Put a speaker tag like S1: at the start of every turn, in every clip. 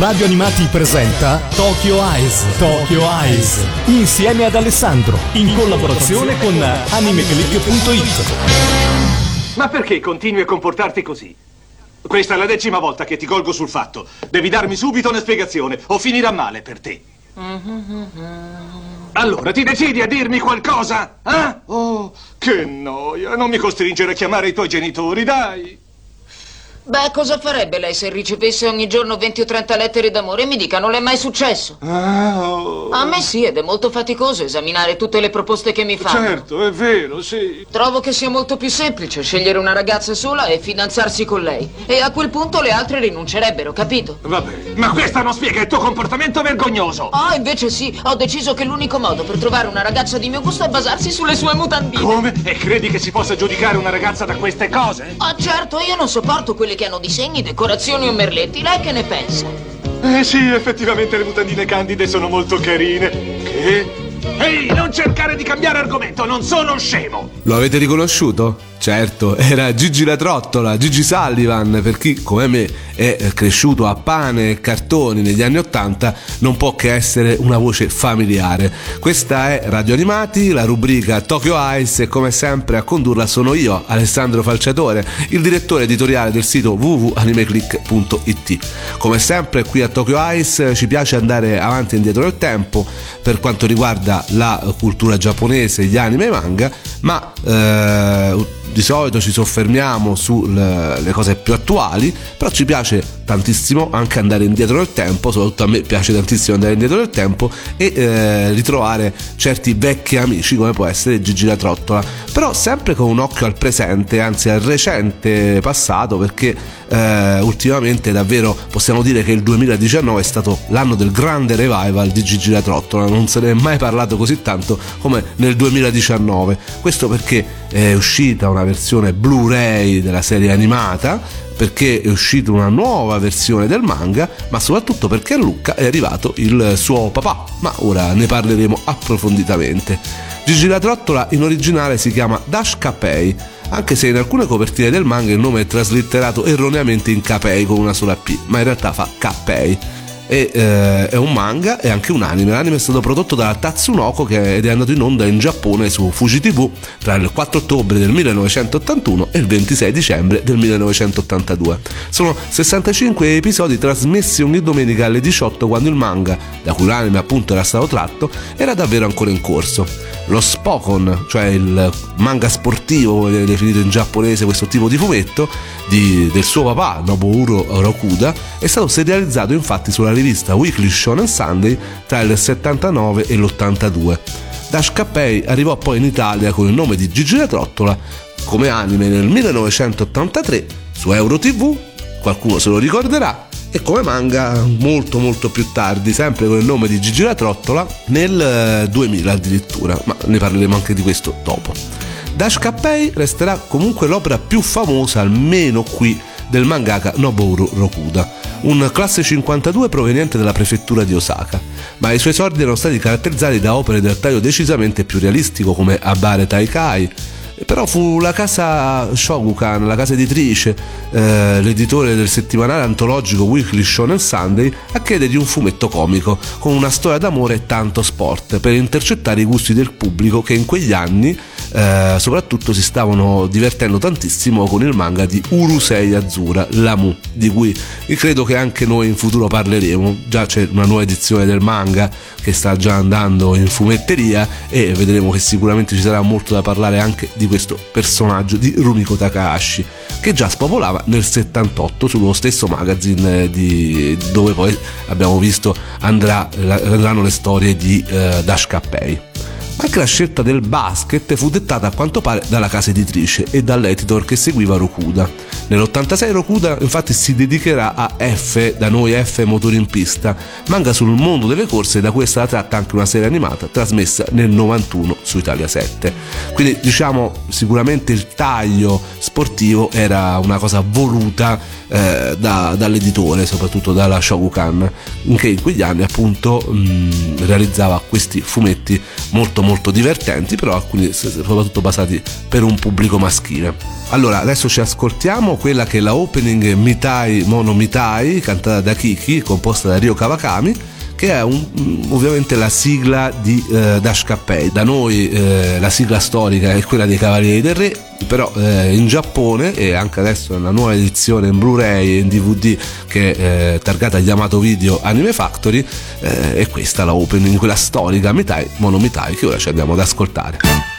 S1: Radio Animati presenta Tokyo Eyes. Tokyo Eyes. Insieme ad Alessandro, in collaborazione con animeclick.it.
S2: Ma perché continui a comportarti così? Questa è la 10ª volta che ti colgo sul fatto. Devi darmi subito una spiegazione o finirà male per te. Allora, ti decidi a dirmi qualcosa? Eh? Oh, che noia. Non mi costringere a chiamare i tuoi genitori, dai.
S3: Beh, cosa farebbe lei se ricevesse ogni giorno 20 o 30 lettere d'amore e mi dica non le è mai successo? A me sì, ed è molto faticoso esaminare tutte le proposte che mi fanno.
S2: Certo, è vero, sì.
S3: Trovo che sia molto più semplice scegliere una ragazza sola e fidanzarsi con lei. E a quel punto le altre rinuncerebbero, capito?
S2: Vabbè, ma questa non spiega il tuo comportamento vergognoso.
S3: Ah, invece sì, ho deciso che l'unico modo per trovare una ragazza di mio gusto è basarsi sulle sue mutandine.
S2: Come? E credi che si possa giudicare una ragazza da queste cose?
S3: Ah, certo, io non sopporto quelle che hanno disegni, decorazioni o merletti. Lei che ne pensa?
S2: Sì, effettivamente le mutandine candide sono molto carine. Che? Ehi, non cercare di cambiare argomento, non sono scemo!
S4: Lo avete riconosciuto? Certo, era Gigi la Trottola, Gigi Sullivan. Per chi come me è cresciuto a pane e cartoni negli anni '80 non può che essere una voce familiare. Questa è Radio Animati, la rubrica Tokyo Eyes, e come sempre a condurla sono io, Alessandro Falciatore, il direttore editoriale del sito www.animeclick.it. Come sempre qui a Tokyo Eyes ci piace andare avanti e indietro nel tempo per quanto riguarda la cultura giapponese, gli anime e i manga, ma di solito ci soffermiamo sulle cose più attuali, però ci piace tantissimo anche andare indietro nel tempo, soprattutto a me piace tantissimo andare indietro nel tempo e ritrovare certi vecchi amici come può essere Gigi la Trottola, però sempre con un occhio al presente, anzi al recente passato, perché ultimamente davvero possiamo dire che il 2019 è stato l'anno del grande revival di Gigi la Trottola. Non se ne è mai parlato così tanto come nel 2019, questo perché è uscita una versione Blu-ray della serie animata, perché è uscita una nuova versione del manga, ma soprattutto perché a Lucca è arrivato il suo papà, ma ora ne parleremo approfonditamente. Gigi la Trottola in originale si chiama Dash Capei, anche se in alcune copertine del manga il nome è traslitterato erroneamente in Capei con una sola P, ma in realtà fa Cappei. È un manga e anche un anime. L'anime è stato prodotto dalla Tatsunoko ed è andato in onda in Giappone su Fuji TV tra il 4 ottobre del 1981 e il 26 dicembre del 1982. Sono 65 episodi trasmessi ogni domenica alle 18, quando il manga, da cui l'anime appunto era stato tratto, era davvero ancora in corso. Lo Spokon, cioè il manga sportivo come viene definito in giapponese questo tipo di fumetto del suo papà Nobuhiro Rokuda, è stato serializzato infatti sulla rivista Weekly Shonen Sunday tra il 79 e l'82. Dash Cappei arrivò poi in Italia con il nome di Gigi la Trottola come anime nel 1983 su Euro TV, qualcuno se lo ricorderà, e come manga molto molto più tardi, sempre con il nome di Gigi la Trottola, nel 2000 addirittura, ma ne parleremo anche di questo dopo. Dash Cappei resterà comunque l'opera più famosa, almeno qui, del mangaka Nobuhiro Rokuda, un classe 52 proveniente dalla prefettura di Osaka, ma i suoi esordi erano stati caratterizzati da opere del taglio decisamente più realistico come Abare Taikai. Però fu la casa Shogukan, la casa editrice, l'editore del settimanale antologico Weekly Shonen Sunday, a chiedergli un fumetto comico con una storia d'amore e tanto sport per intercettare i gusti del pubblico, che in quegli anni soprattutto si stavano divertendo tantissimo con il manga di Urusei Azura, Lamu, di cui credo che anche noi in futuro parleremo. Già c'è una nuova edizione del manga che sta già andando in fumetteria e vedremo che sicuramente ci sarà molto da parlare anche di questo personaggio di Rumiko Takahashi, che già spopolava nel 78 sullo stesso magazine dove poi abbiamo visto andranno le storie di Dash Cappei. Anche la scelta del basket fu dettata a quanto pare dalla casa editrice e dall'editor che seguiva Rokuda. Nell'86 Rokuda infatti si dedicherà a F, da noi F Motori in Pista, manga sul mondo delle corse, da cui è stata tratta anche una serie animata trasmessa nel 91 su Italia 7. Quindi diciamo sicuramente il taglio sportivo era una cosa voluta dall'editore, soprattutto dalla Shogukan, che in quegli anni appunto realizzava questi fumetti molto molto divertenti, però alcuni soprattutto basati per un pubblico maschile. Allora adesso ci ascoltiamo quella che è la opening Mitai Mono Mitai, cantata da Kiki, composta da Ryo Kawakami, che è ovviamente la sigla di Dash Kappei. Da noi la sigla storica è quella dei Cavalieri del Re, però in Giappone, e anche adesso nella nuova edizione in Blu-ray e in DVD che è targata Yamato Video Anime Factory, è questa la opening, quella storica Mitai Mono Mitai, che ora ci andiamo ad ascoltare.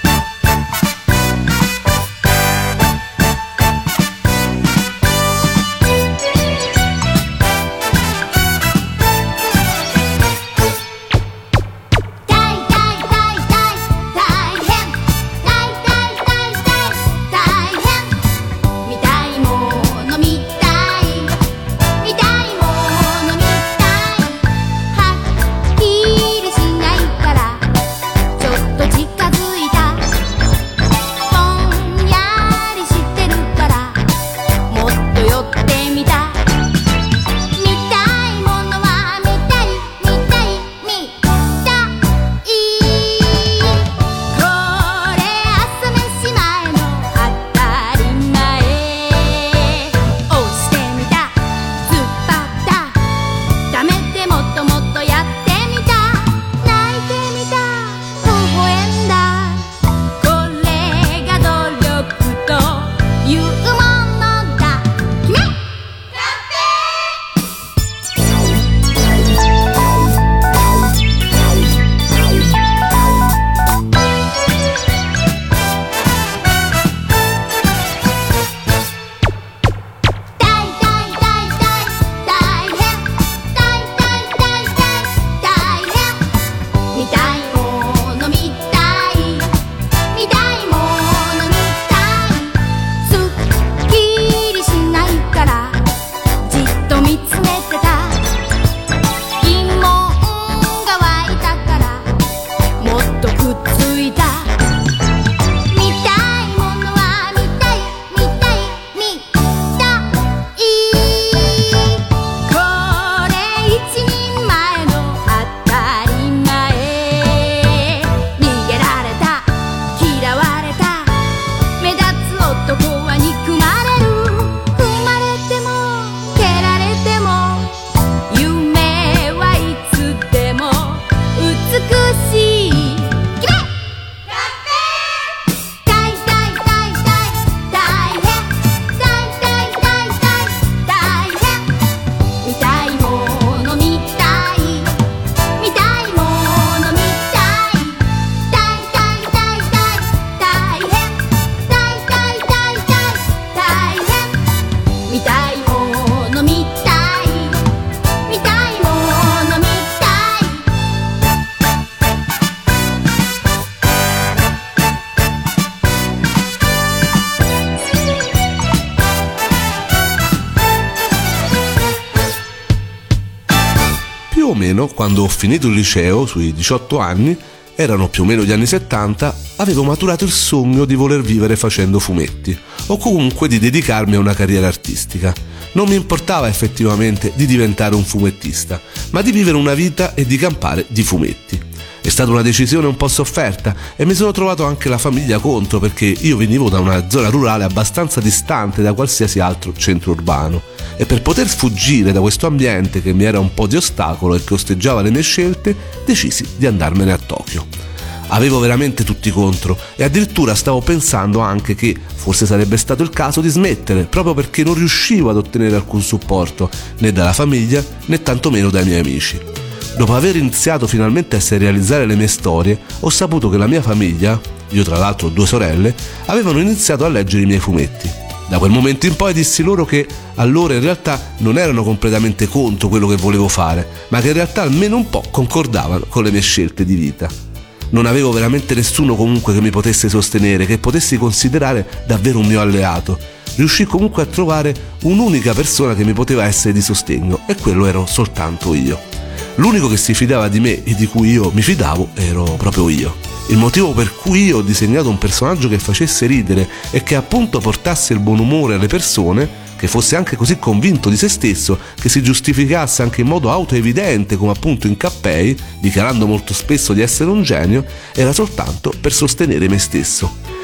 S4: Quando ho finito il liceo, sui 18 anni, erano più o meno gli anni 70, avevo maturato il sogno di voler vivere facendo fumetti, o comunque di dedicarmi a una carriera artistica. Non mi importava effettivamente di diventare un fumettista, ma di vivere una vita e di campare di fumetti. È stata una decisione un po' sofferta e mi sono trovato anche la famiglia contro, perché io venivo da una zona rurale abbastanza distante da qualsiasi altro centro urbano, e per poter sfuggire da questo ambiente che mi era un po' di ostacolo e che osteggiava le mie scelte, decisi di andarmene a Tokyo. Avevo veramente tutti contro e addirittura stavo pensando anche che forse sarebbe stato il caso di smettere, proprio perché non riuscivo ad ottenere alcun supporto né dalla famiglia né tantomeno dai miei amici. Dopo aver iniziato finalmente a serializzare le mie storie, ho saputo che la mia famiglia, io tra l'altro ho 2 sorelle, avevano iniziato a leggere i miei fumetti. Da quel momento in poi dissi loro che allora in realtà non erano completamente contro quello che volevo fare, ma che in realtà almeno un po' concordavano con le mie scelte di vita. Non avevo veramente nessuno comunque che mi potesse sostenere, che potessi considerare davvero un mio alleato. Riuscii comunque a trovare un'unica persona che mi poteva essere di sostegno, e quello ero soltanto io. L'unico che si fidava di me e di cui io mi fidavo ero proprio io. Il motivo per cui io ho disegnato un personaggio che facesse ridere e che appunto portasse il buon umore alle persone, che fosse anche così convinto di se stesso, che si giustificasse anche in modo autoevidente come appunto in Kappei, dichiarando molto spesso di essere un genio, era soltanto per sostenere me stesso.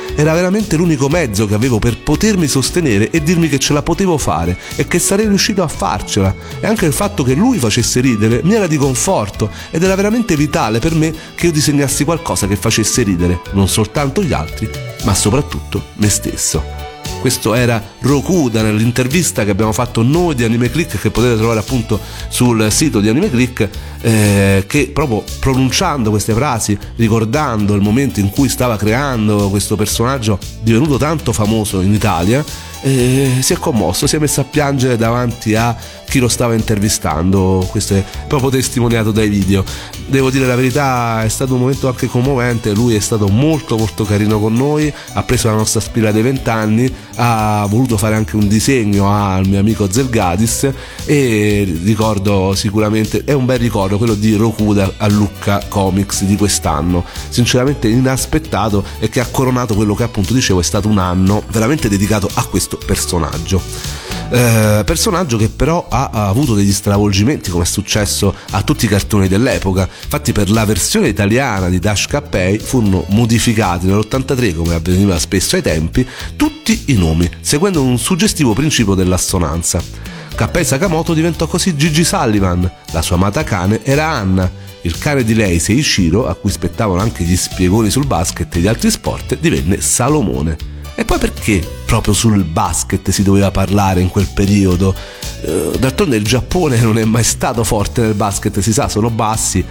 S4: Era veramente l'unico mezzo che avevo per potermi sostenere e dirmi che ce la potevo fare e che sarei riuscito a farcela. E anche il fatto che lui facesse ridere mi era di conforto ed era veramente vitale per me che io disegnassi qualcosa che facesse ridere non soltanto gli altri, ma soprattutto me stesso. Questo era Rokuda nell'intervista che abbiamo fatto noi di Anime Click, che potete trovare appunto sul sito di Anime Click, che proprio pronunciando queste frasi, ricordando il momento in cui stava creando questo personaggio divenuto tanto famoso in Italia, si è commosso, si è messo a piangere davanti a chi lo stava intervistando. Questo è proprio testimoniato dai video. Devo dire la verità, è stato un momento anche commovente. Lui è stato molto molto carino con noi, ha preso la nostra spilla dei 20 anni, ha voluto fare anche un disegno al mio amico Zelgadis, e ricordo sicuramente, è un bel ricordo quello di Rokuda a Lucca Comics di quest'anno, sinceramente inaspettato, e che ha coronato quello che appunto dicevo è stato un anno veramente dedicato a questo personaggio. Personaggio che però ha avuto degli stravolgimenti, come è successo a tutti i cartoni dell'epoca. Infatti per la versione italiana di Dash Kappei furono modificati nell'83, come avveniva spesso ai tempi, tutti i nomi, seguendo un suggestivo principio dell'assonanza. Kappei Sakamoto diventò così Gigi Sullivan, la sua amata cane era Anna, il cane di lei Seiichiro, a cui spettavano anche gli spiegoni sul basket e gli altri sport, divenne Salomone. E poi perché proprio sul basket si doveva parlare in quel periodo? D'altronde il Giappone non è mai stato forte nel basket, si sa, sono bassi,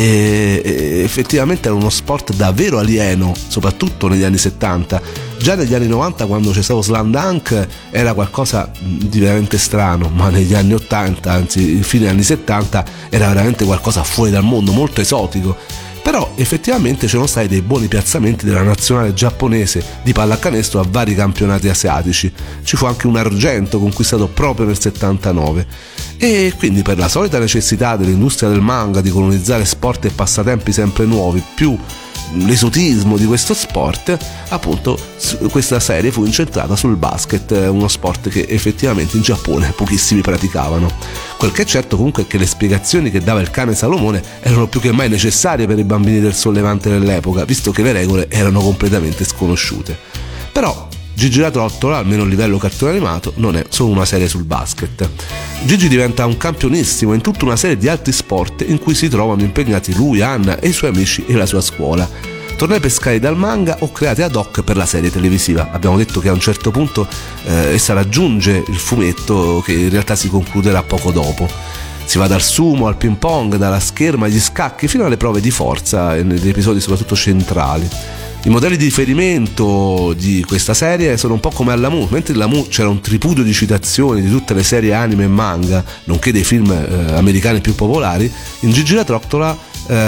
S4: e effettivamente era uno sport davvero alieno, soprattutto negli anni 70. Già negli anni 90, quando c'è stato Slam Dunk, era qualcosa di veramente strano, ma negli anni 80, anzi fine anni 70, era veramente qualcosa fuori dal mondo, molto esotico. Però effettivamente c'erano stati dei buoni piazzamenti della nazionale giapponese di pallacanestro a vari campionati asiatici. Ci fu anche un argento conquistato proprio nel 79. E quindi, per la solita necessità dell'industria del manga di colonizzare sport e passatempi sempre nuovi, più l'esotismo di questo sport, appunto questa serie fu incentrata sul basket, uno sport che effettivamente in Giappone pochissimi praticavano. Quel che è certo comunque è che le spiegazioni che dava il cane Salomone erano più che mai necessarie per i bambini del sollevante dell'epoca, visto che le regole erano completamente sconosciute. Però Gigi la Trottola, almeno a livello cartone animato, non è solo una serie sul basket. Gigi diventa un campionissimo in tutta una serie di altri sport in cui si trovano impegnati lui, Anna e i suoi amici e la sua scuola. Tornei pescati dal manga o creati ad hoc per la serie televisiva. Abbiamo detto che a un certo punto essa raggiunge il fumetto, che in realtà si concluderà poco dopo. Si va dal sumo al ping pong, dalla scherma agli scacchi, fino alle prove di forza e negli episodi soprattutto centrali. I modelli di riferimento di questa serie sono un po' come all'Amu, mentre all'Amu c'era un tripudio di citazioni di tutte le serie anime e manga, nonché dei film americani più popolari. In Gigi la Trottola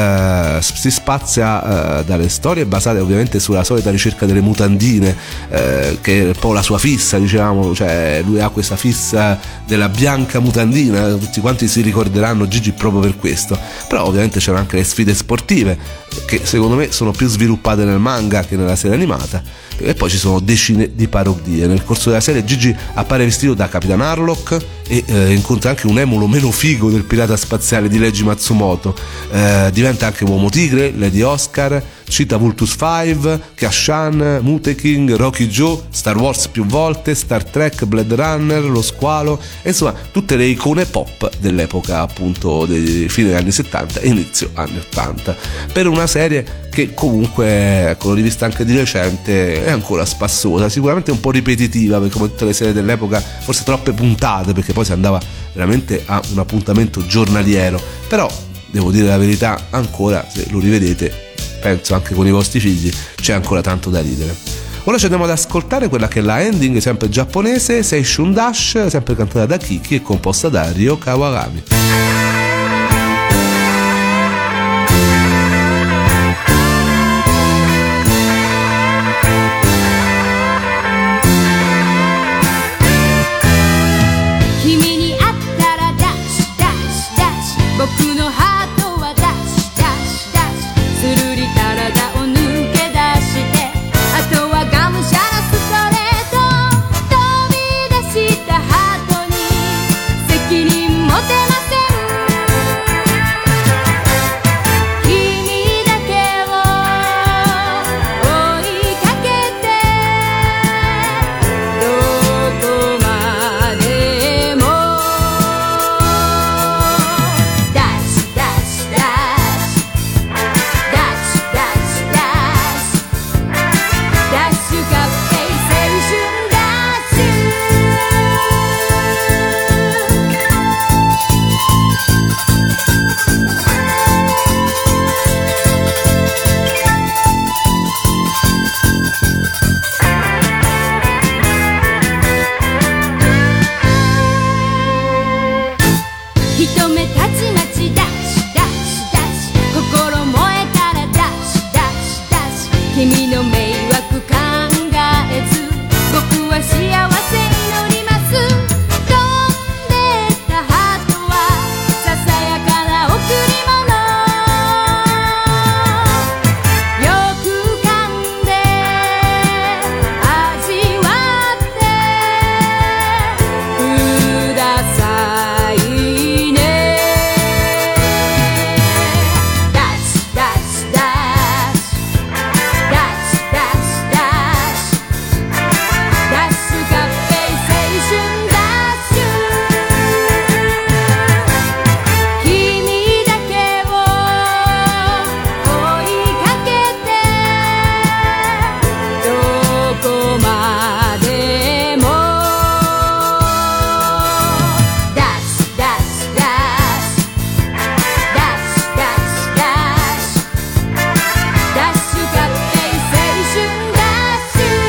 S4: si spazia dalle storie basate ovviamente sulla solita ricerca delle mutandine, che è un po' la sua fissa, diciamo, cioè lui ha questa fissa della bianca mutandina, tutti quanti si ricorderanno Gigi proprio per questo. Però ovviamente c'erano anche le sfide sportive, che secondo me sono più sviluppate nel manga che nella serie animata, e poi ci sono decine di parodie. Nel corso della serie Gigi appare vestito da Capitan Harlock e incontra anche un emulo meno figo del pirata spaziale di Leiji Matsumoto. Diventa anche Uomo Tigre, Lady Oscar, cita Vultus 5, Kashan, Mute King, Rocky Joe, Star Wars più volte, Star Trek, Blade Runner, Lo Squalo, e insomma tutte le icone pop dell'epoca appunto dei fine degli anni 70 e inizio anni 80, per una serie che comunque, ecco, l'ho rivista anche di recente, è ancora spassosa, sicuramente un po' ripetitiva, perché come tutte le serie dell'epoca forse troppe puntate, perché poi si andava veramente a un appuntamento giornaliero. Però devo dire la verità, ancora se lo rivedete, penso anche con i vostri figli, c'è ancora tanto da ridere. Ora ci andiamo ad ascoltare quella che è la ending sempre giapponese, Seishun Dash, sempre cantata da Kiki e composta da Ryo Kawagami. 持てません
S5: 人目たちまちダッシュダッシュダッシュ心燃えたらダッシュダッシュダッシュ君の迷惑考えず僕は幸せ祈ります飛んでったハートはささやかな贈り物よく噛んで味わってくださいねダッシュダッシュダッシュダッシュダッシュダッシュダッシュ合併青春ダッシュ君だけを追いかけてどこまでもダッシュダッシュダッシュダッシュダッシュダッシュダッシュ合併青春ダッシュ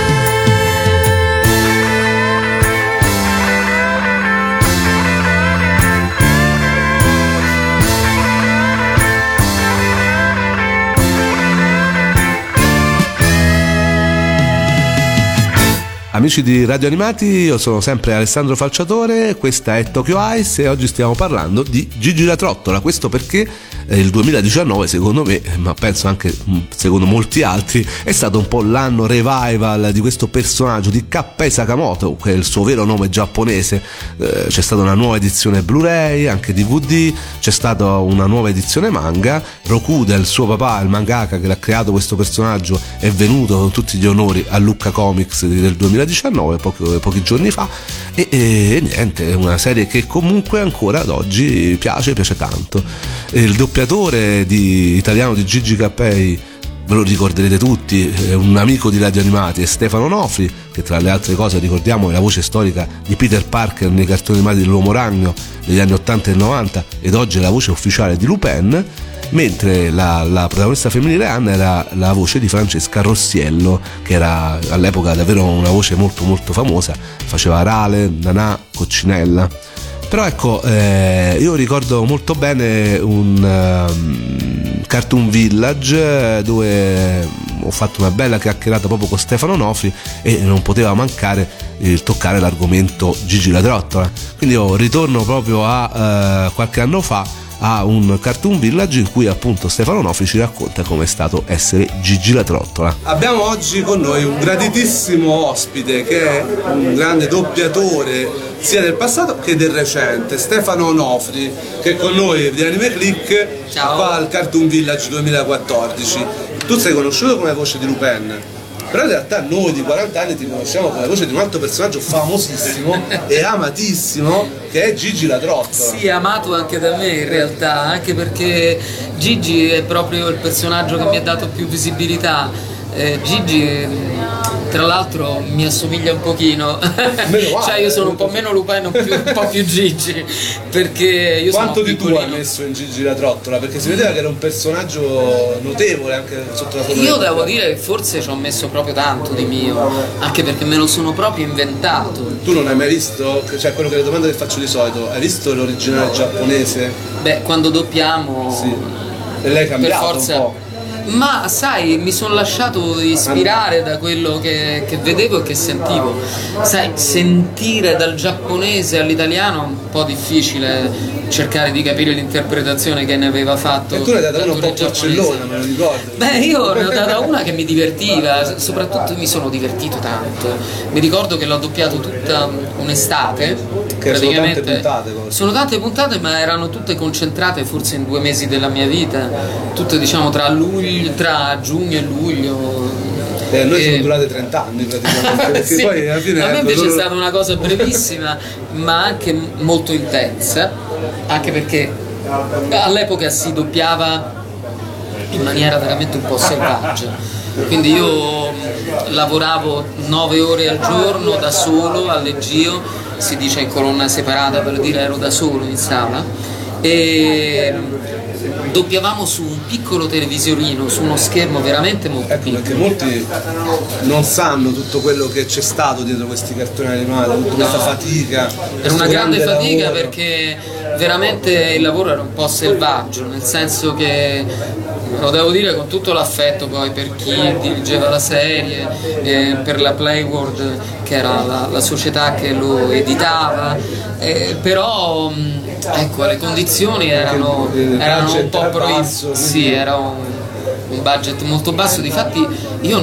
S4: Amici di Radio Animati, io sono sempre Alessandro Falciatore, questa è Tokyo Ice e oggi stiamo parlando di Gigi la Trottola. Questo perché il 2019, secondo me, ma penso anche secondo molti altri, è stato un po' l'anno revival di questo personaggio di Kappei Sakamoto, che è il suo vero nome giapponese. C'è stata una nuova edizione Blu-ray, anche DVD, c'è stata una nuova edizione manga. Rokuda, il suo papà, il mangaka che l'ha creato questo personaggio, è venuto con tutti gli onori a Lucca Comics del 2019, pochi giorni fa, e niente, è una serie che comunque ancora ad oggi piace tanto. Il doppiatore italiano di Gigi Kappei, ve lo ricorderete tutti, è un amico di Radio Animati, è Stefano Nofri, che tra le altre cose ricordiamo è la voce storica di Peter Parker nei cartoni animati dell'Uomo Ragno degli anni 80 e 90 ed oggi è la voce ufficiale di Lupin, mentre la protagonista femminile Anna era la voce di Francesca Rossiello, che era all'epoca davvero una voce molto molto famosa, faceva Rale, Nanà, Coccinella. Però ecco, io ricordo molto bene un Cartoon Village dove ho fatto una bella chiacchierata proprio con Stefano Nofri e non poteva mancare il toccare l'argomento Gigi la Trottola. Quindi io ritorno proprio a qualche anno fa a un Cartoon Village in cui appunto Stefano Nofri ci racconta come è stato essere Gigi la Trottola. Abbiamo oggi con noi un graditissimo ospite che è un grande doppiatore sia del passato che del recente, Stefano Nofri, che è con noi di Anime Click. Ciao. Qua al Cartoon Village 2014. Tu sei conosciuto come voce di Lupin, però in realtà noi di 40 anni ti conosciamo come voce di un altro personaggio famosissimo e amatissimo che è Gigi la Trottola.
S6: Sì, amato anche da me in realtà, anche perché Gigi è proprio il personaggio che mi ha dato più visibilità. Gigi tra l'altro mi assomiglia un pochino, cioè io sono un po' meno Lupin, un po' più Gigi, perché io
S4: quanto
S6: sono
S4: di tu hai messo in Gigi la Trottola? Perché si vedeva che era un personaggio notevole anche sotto la fotografia.
S6: Io devo dire che forse ci ho messo proprio tanto di mio, anche perché me lo sono proprio inventato.
S4: Tu non hai mai visto, cioè quello che le domande che faccio di solito, hai visto l'originale giapponese?
S6: Beh, quando doppiamo
S4: sì. E lei è cambiato
S6: per forza
S4: un po'.
S6: Ma sai, mi sono lasciato ispirare da quello che vedevo e che sentivo. Sai, sentire dal giapponese all'italiano è un po' difficile cercare di capire l'interpretazione che ne aveva fatto.
S4: E tu ne hai data una un po' porcellona, me lo ricordo.
S6: Beh, io ne ho data una che mi divertiva, soprattutto mi sono divertito tanto. Mi ricordo che l'ho doppiato tutta un'estate.
S4: Che praticamente sono tante puntate.
S6: Sono tante puntate, ma erano tutte concentrate forse in 2 mesi della mia vita, tutte diciamo tra giugno e luglio.
S4: Noi sono durate 30 anni praticamente, perché
S6: sì,
S4: poi alla fine
S6: a me invece è stata una cosa brevissima ma anche molto intensa, anche perché all'epoca si doppiava in maniera veramente un po' selvaggia, quindi io lavoravo 9 ore al giorno da solo al leggio, si dice in colonna separata per dire ero da solo in sala, e doppiavamo su un piccolo televisorino, su uno schermo veramente molto piccolo.
S4: Perché molti non sanno tutto quello che c'è stato dietro questi cartoni animati, tutta questa fatica.
S6: Era una grande fatica perché veramente il lavoro era un po' selvaggio, nel senso che, lo devo dire con tutto l'affetto poi per chi dirigeva la serie, per la Playworld che era la società che lo editava, però ecco, le condizioni erano un po' proibite. Sì, era un budget molto basso, difatti io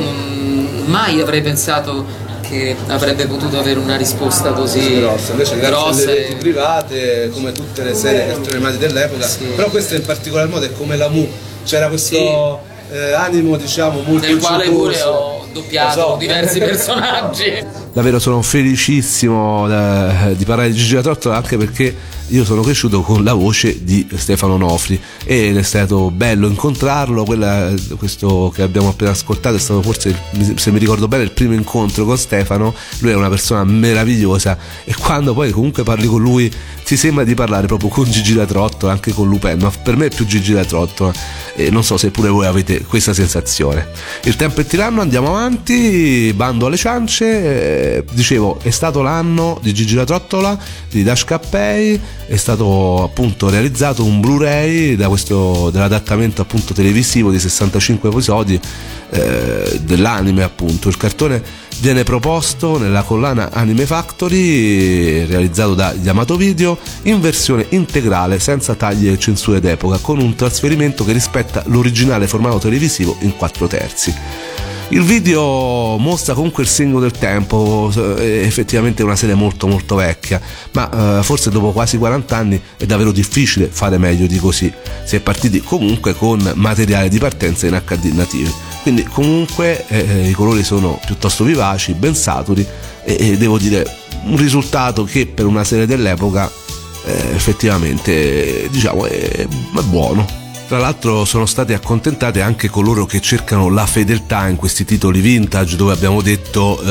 S6: mai avrei pensato che avrebbe potuto avere una risposta così
S4: grossa, invece
S6: grossa
S4: le reti private, come tutte le serie cartoni animati dell'epoca, sì. Però questa in particolar modo è come la Mu, c'era questo animo, diciamo, molto
S6: nel quale pure ho doppiato diversi personaggi.
S4: Davvero sono felicissimo di parlare di Gigi La Trottola, anche perché io sono cresciuto con la voce di Stefano Nofri ed è stato bello incontrarlo. Questo che abbiamo appena ascoltato è stato forse, se mi ricordo bene, il primo incontro con Stefano. Lui è una persona meravigliosa e quando poi comunque parli con lui ti sembra di parlare proprio con Gigi La Trottola, anche con Lupin, ma per me è più Gigi La Trottola e non so se pure voi avete questa sensazione. Il tempo è tiranno, andiamo avanti, bando alle ciance. Dicevo, è stato l'anno di Gigi La Trottola, di Dash Cappei, è stato appunto realizzato un Blu-ray dell'adattamento appunto televisivo di 65 episodi dell'anime appunto. Il cartone viene proposto nella collana Anime Factory, realizzato da Yamato Video, in versione integrale senza tagli e censure d'epoca, con un trasferimento che rispetta l'originale formato televisivo in 4/3. Il video mostra comunque il segno del tempo, è effettivamente una serie molto molto vecchia, ma forse dopo quasi 40 anni è davvero difficile fare meglio di così. Si è partiti comunque con materiale di partenza in HD nativi, quindi comunque i colori sono piuttosto vivaci, ben saturi e devo dire un risultato che per una serie dell'epoca effettivamente diciamo è buono. Tra l'altro sono stati accontentati anche coloro che cercano la fedeltà in questi titoli vintage, dove abbiamo detto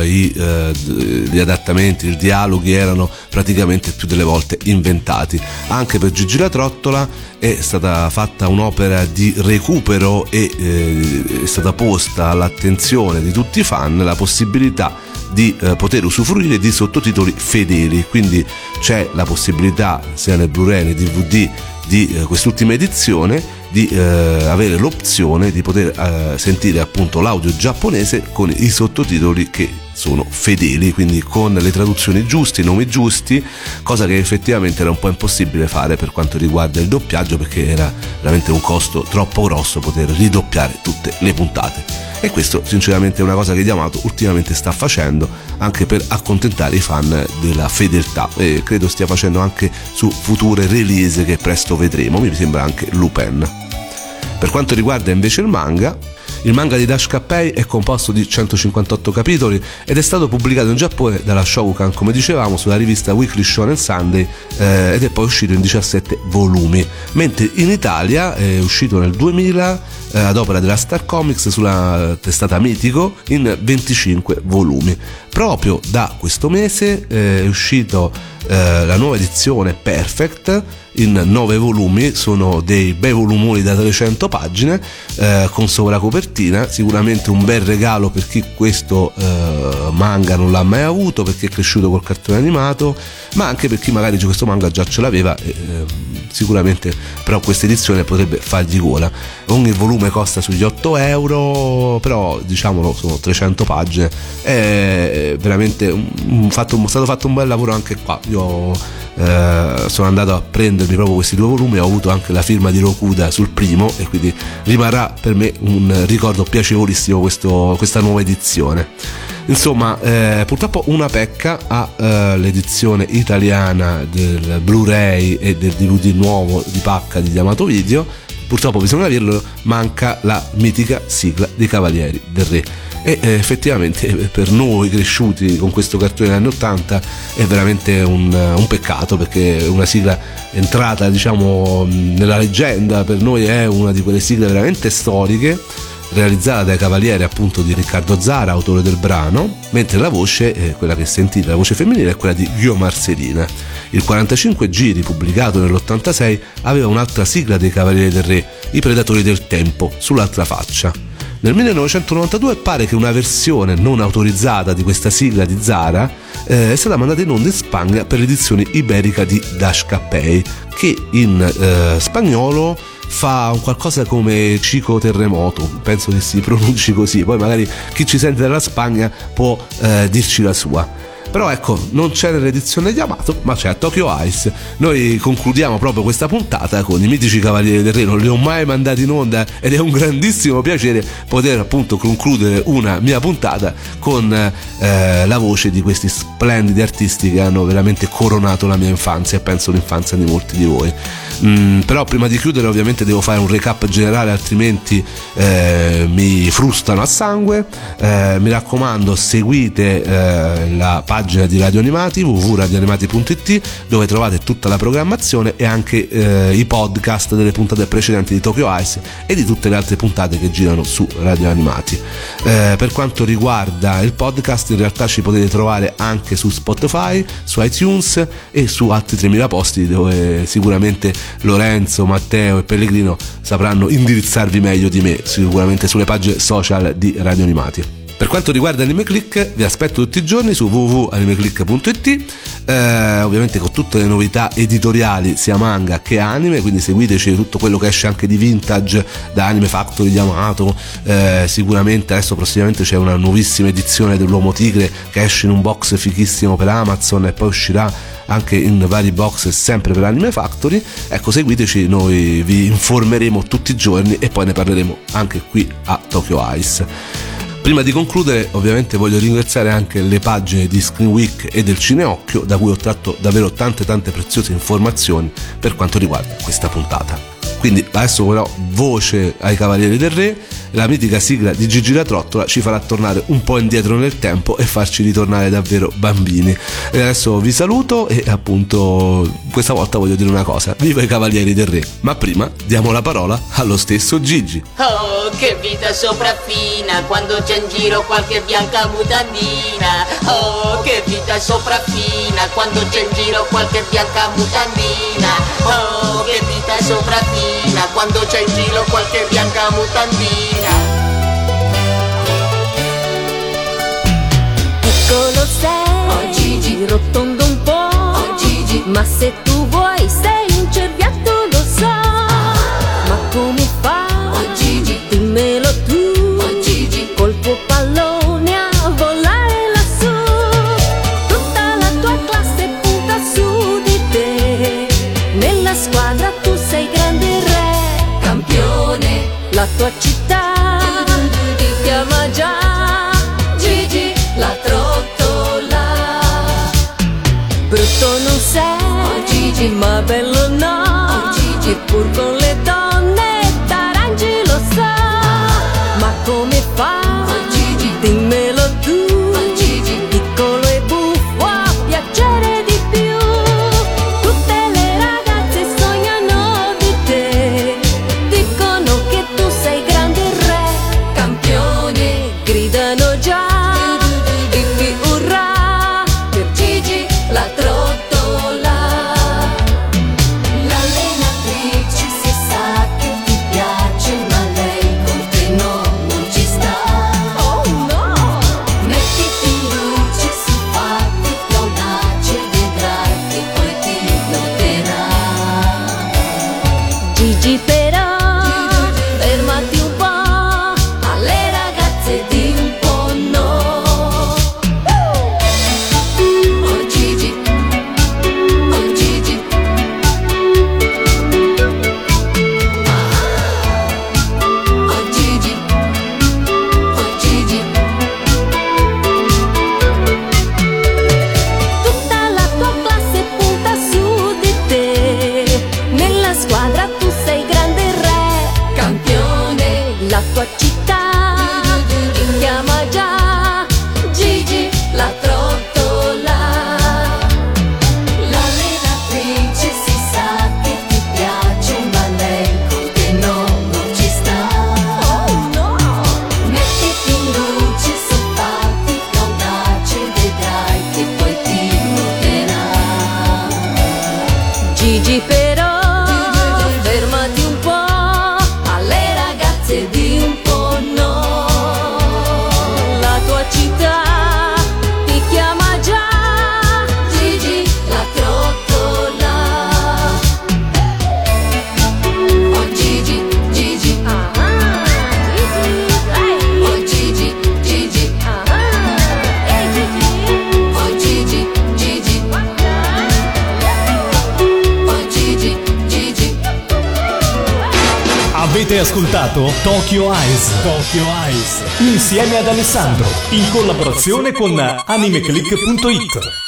S4: gli adattamenti, i dialoghi erano praticamente più delle volte inventati. Anche per Gigi La Trottola è stata fatta un'opera di recupero e è stata posta all'attenzione di tutti i fan la possibilità di poter usufruire di sottotitoli fedeli, quindi c'è la possibilità sia nel Blu-ray che nel DVD di quest'ultima edizione di avere l'opzione di poter sentire appunto l'audio giapponese con i sottotitoli che sono fedeli, quindi con le traduzioni giuste, i nomi giusti, cosa che effettivamente era un po' impossibile fare per quanto riguarda il doppiaggio, perché era veramente un costo troppo grosso poter ridoppiare tutte le puntate. E questo sinceramente è una cosa che Yamato ultimamente sta facendo anche per accontentare i fan della fedeltà, e credo stia facendo anche su future release che presto vedremo, mi sembra anche Lupin. Per quanto riguarda invece il manga di Dash Cappei è composto di 158 capitoli ed è stato pubblicato in Giappone dalla Shogakukan, come dicevamo, sulla rivista Weekly Shonen Sunday, ed è poi uscito in 17 volumi, mentre in Italia è uscito nel 2000 ad opera della Star Comics sulla testata Mitico in 25 volumi. Proprio da questo mese è uscito la nuova edizione Perfect in 9 volumi, sono dei bei volumoni da 300 pagine con sovracopertina, sicuramente un bel regalo per chi questo manga non l'ha mai avuto, perché è cresciuto col cartone animato, ma anche per chi magari questo manga già ce l'aveva, sicuramente però questa edizione potrebbe fargli gola. Ogni volume costa sugli 8 euro, però diciamolo sono 300 pagine, è veramente stato fatto un bel lavoro anche qua. Io sono andato a prendermi proprio questi 2 volumi, ho avuto anche la firma di Rokuda sul primo e quindi rimarrà per me un ricordo piacevolissimo questa nuova edizione. Insomma, purtroppo una pecca ha l'edizione italiana del Blu-ray e del DVD nuovo di pacca di Yamato Video. Purtroppo bisogna dirlo, manca la mitica sigla dei Cavalieri del Re, e effettivamente per noi cresciuti con questo cartone degli anni 80 è veramente un peccato, perché è una sigla entrata diciamo nella leggenda, per noi è una di quelle sigle veramente storiche, realizzata dai Cavalieri appunto di Riccardo Zara, autore del brano, mentre la voce, quella che sentite, la voce femminile, è quella di Guillaume Marcelline. Il 45 giri, pubblicato nell'86, aveva un'altra sigla dei Cavalieri del Re, I Predatori del Tempo, sull'altra faccia. Nel 1992 pare che una versione non autorizzata di questa sigla di Zara è stata mandata in onda in Spagna per l'edizione iberica di Dash Capei, che in spagnolo fa un qualcosa come Chico Terremoto, penso che si pronunci così, poi magari chi ci sente dalla Spagna può dirci la sua. Però ecco, non c'è nell'edizione Yamato, ma c'è a Tokyo Ice. Noi concludiamo proprio questa puntata con i mitici Cavalieri del Re. Non li ho mai mandati in onda ed è un grandissimo piacere poter appunto concludere una mia puntata con la voce di questi splendidi artisti che hanno veramente coronato la mia infanzia e penso l'infanzia di molti di voi. Però prima di chiudere ovviamente devo fare un recap generale, altrimenti mi frustano a sangue. Mi raccomando, seguite la pagina di Radio Animati, www.radioanimati.it, dove trovate tutta la programmazione e anche i podcast delle puntate precedenti di Tokyo Ice e di tutte le altre puntate che girano su Radio Animati. Per quanto riguarda il podcast, in realtà ci potete trovare anche su Spotify, su iTunes e su altri 3000 posti, dove sicuramente Lorenzo, Matteo e Pellegrino sapranno indirizzarvi meglio di me, sicuramente sulle pagine social di Radio Animati. Per quanto riguarda Anime Click, vi aspetto tutti i giorni su www.animeclick.it, ovviamente con tutte le novità editoriali sia manga che anime, quindi seguiteci tutto quello che esce anche di vintage da Anime Factory, Yamato. Sicuramente adesso prossimamente c'è una nuovissima edizione dell'Uomo Tigre che esce in un box fighissimo per Amazon e poi uscirà anche in vari box sempre per Anime Factory. Ecco, seguiteci, noi vi informeremo tutti i giorni e poi ne parleremo anche qui a Tokyo Ice. Prima di concludere, ovviamente voglio ringraziare anche le pagine di Screen Week e del Cineocchio, da cui ho tratto davvero tante preziose informazioni per quanto riguarda questa puntata. Quindi adesso però voce ai Cavalieri del Re, la mitica sigla di Gigi la Trottola ci farà tornare un po' indietro nel tempo e farci ritornare davvero bambini. E adesso vi saluto e appunto questa volta voglio dire una cosa: viva i Cavalieri del Re! Ma prima diamo la parola allo stesso Gigi.
S7: Oh, che vita sopraffina quando c'è in giro qualche bianca mutandina. Oh, che vita sopraffina quando c'è in giro qualche bianca mutandina. Oh, che vita sopraffina quando c'è in giro qualche bianca mutandina.
S5: Piccolo sei,
S7: Oh Gigi,
S5: rotondo un po',
S7: oh Gigi,
S5: ma se tu vuoi sei un cerbiatto, lo so. Ma come fa?
S7: oh Gigi,
S5: Dimmelo tu,
S7: oh Gigi,
S5: col tuo pallone a volare lassù. Tutta la tua classe punta su di te. Nella squadra tu sei grande re,
S7: campione.
S5: la tua città ti chiama già
S7: Gigi, la trottola.
S5: Brutto non sei,
S7: Oh Gigi,
S5: ma bello no.
S7: Oh Gigi,
S5: E pur con le donne t'arrangi, lo so. Ma come fa?
S7: oh Gigi,
S5: Dimmelo tu,
S7: oh Gigi,
S5: piccolo e buffo a piacere di più. Tutte le ragazze sognano di te, dicono che tu sei grande re,
S7: campione.
S5: gridano già, dimmi urrà per
S7: Gigi, la trottola. L'allenatrice si sa che ti piace, ma lei con te no, non ci sta.
S5: Oh no!
S7: Mettiti in luce, siffatti, audace, vedrai che poi ti noterà.
S5: Gigi però, fermati un po',
S7: Alle ragazze di un po' no. Oh Gigi, oh Gigi, oh Gigi, oh Gigi,
S5: tutta la tua classe punta su di te. Nella squadra tu sei grande re,
S7: campione.
S5: la tua città ti chiama già
S7: Gigi, la trottola. L'allenatrice si sa che ti piace, ma lei con te no, non ci sta.
S5: Oh no!
S7: Mettiti in luce, siffatti, audace, vedrai che poi ti noterà.
S5: Gigi però, fermati un po',
S7: Alle ragazze di un po'
S1: Avete ascoltato Tokyo Eyes. Tokyo Eyes. Insieme ad Alessandro. In collaborazione con animeclick.it.